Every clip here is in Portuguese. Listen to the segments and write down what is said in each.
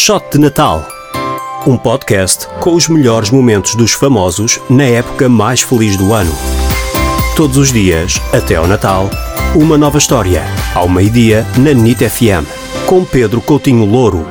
Shot de Natal, um podcast com os melhores momentos dos famosos na época mais feliz do ano. Todos os dias, até ao Natal, uma nova história, ao meio-dia, na NIT FM, com Pedro Coutinho Louro.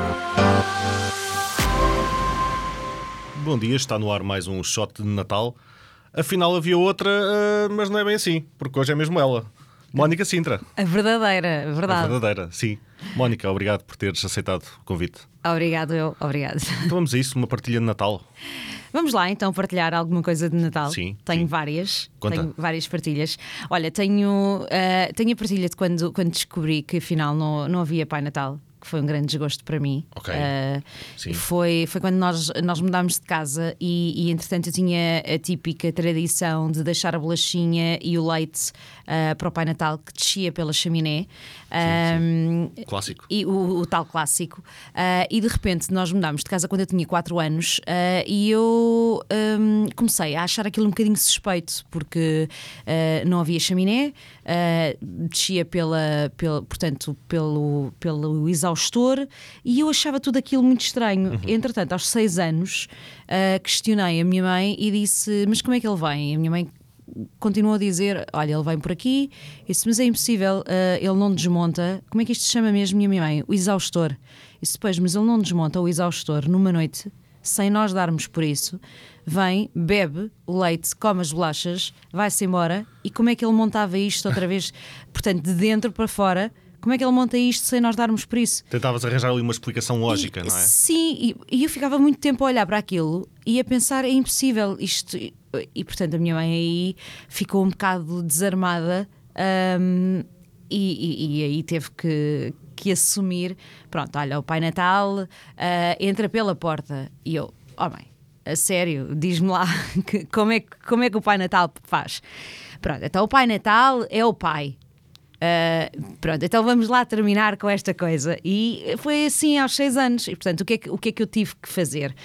Bom dia, está no ar mais um Shot de Natal. Afinal havia outra, mas não é bem assim, porque hoje é mesmo ela. Mónica Sintra. A verdadeira, verdade. A verdadeira, sim. Mónica, obrigado por teres aceitado o convite. Obrigado. Então vamos a isso, uma partilha de Natal. Vamos lá então partilhar alguma coisa de Natal. Sim. Tenho sim. várias. Conta. Tenho várias partilhas. Olha, tenho a partilha de quando descobri que afinal não havia Pai Natal, que foi um grande desgosto para mim. Ok. Sim. Foi quando nós mudámos de casa e entretanto eu tinha a típica tradição de deixar a bolachinha e o leite para o Pai Natal que descia pela chaminé. Sim. Clássico. E o tal clássico. E de repente nós mudámos de casa quando eu tinha 4 anos e eu comecei a achar aquilo um bocadinho suspeito, porque não havia chaminé, descia portanto, pelo exaustor, e eu achava tudo aquilo muito estranho. Uhum. Entretanto, aos 6 anos, questionei a minha mãe e disse: mas como é que ele vem? E a minha mãe continuou a dizer: olha, ele vem por aqui. Eu disse: mas é impossível, ele não desmonta. Como é que isto se chama mesmo? E a minha mãe: o exaustor. Eu disse: pois, mas ele não desmonta o exaustor numa noite, sem nós darmos por isso. Vem, bebe o leite, come as bolachas, vai-se embora. E como é que ele montava isto outra vez? Portanto, de dentro para fora. Como é que ele monta isto sem nós darmos por isso? Tentavas arranjar ali uma explicação lógica, não é? Sim, e eu ficava muito tempo a olhar para aquilo e a pensar: é impossível isto. E portanto a minha mãe aí ficou um bocado desarmada, e aí teve que assumir: pronto, olha, o Pai Natal entra pela porta. E eu: oh mãe, a sério, diz-me lá como é que o Pai Natal faz? Pronto, então o Pai Natal é o pai. Pronto, então vamos lá terminar com esta coisa. E foi assim aos 6 anos. E portanto, o que é que eu tive que fazer?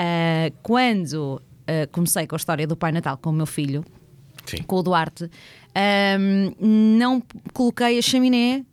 Quando comecei com a história do Pai Natal com o meu filho, Sim. com o Duarte, não coloquei a chaminé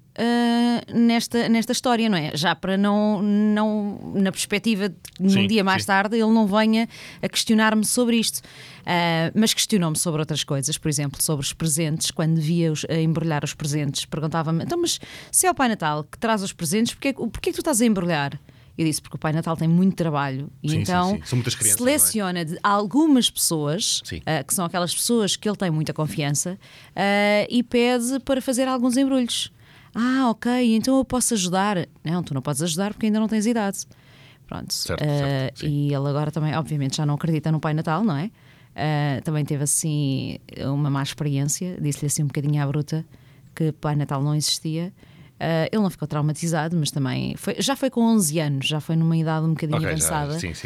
nesta história, não é? Já para não na perspectiva de num dia mais tarde ele não venha a questionar-me sobre isto. Mas questionou-me sobre outras coisas, por exemplo, sobre os presentes. Quando via-os a embrulhar os presentes, perguntava-me: então, mas se é o Pai Natal que traz os presentes, porquê que tu estás a embrulhar? Eu disse: porque o Pai Natal tem muito trabalho e Sim, então sim. São muitas crianças, seleciona de algumas pessoas, Sim. que são aquelas pessoas que ele tem muita confiança, e pede para fazer alguns embrulhos. Ok, então eu posso ajudar. Não, tu não podes ajudar porque ainda não tens idade. Pronto. Certo, E ele agora também, obviamente, já não acredita no Pai Natal, não é? Também teve assim uma má experiência. Disse-lhe assim um bocadinho à bruta que Pai Natal não existia. Ele não ficou traumatizado, mas também já foi com 11 anos, já foi numa idade um bocadinho avançada. Sim.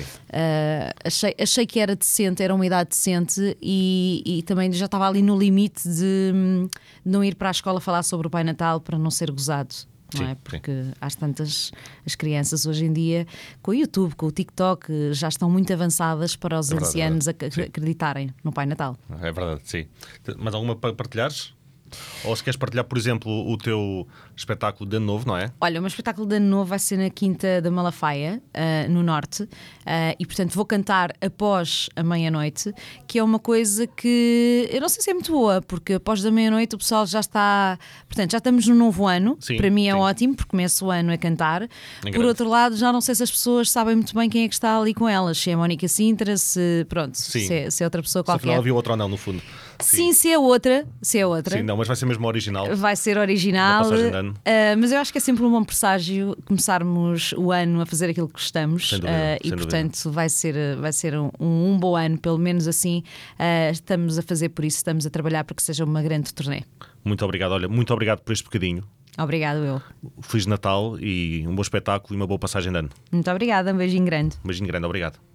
Achei que era decente, era uma idade decente, e também já estava ali no limite de não ir para a escola falar sobre o Pai Natal para não ser gozado. Não é? Porque às tantas, as crianças hoje em dia, com o YouTube, com o TikTok, já estão muito avançadas para os ancianos acreditarem no Pai Natal. É verdade, sim. Mas alguma para partilhares? Ou se queres partilhar, por exemplo, o teu espetáculo de Ano Novo, não é? Olha, o meu espetáculo de Ano Novo vai ser na Quinta da Malafaia, no Norte, e portanto vou cantar após a meia-noite, que é uma coisa que eu não sei se é muito boa, porque após da meia-noite o pessoal já está... Portanto, já estamos no novo ano. Sim, para mim é sim. ótimo, porque começo o ano a cantar. Por outro lado, já não sei se as pessoas sabem muito bem quem é que está ali com elas, se é a Mónica Sintra, se é outra pessoa Se qualquer. afinal havia outro ou não, no fundo. Sim, se é outra. Sim, não, mas vai ser mesmo original. Vai ser original, Da passagem de ano. mas eu acho que é sempre um bom presságio começarmos o ano a fazer aquilo que gostamos. Sem dúvida, E sem portanto vai ser um bom ano, pelo menos assim. Estamos a fazer por isso, estamos a trabalhar para que seja uma grande turnê. Muito obrigado, olha, muito obrigado por este bocadinho. Obrigado, eu. Feliz Natal e um bom espetáculo e uma boa passagem de ano. Muito obrigada, um beijinho grande. Um beijinho grande, obrigado.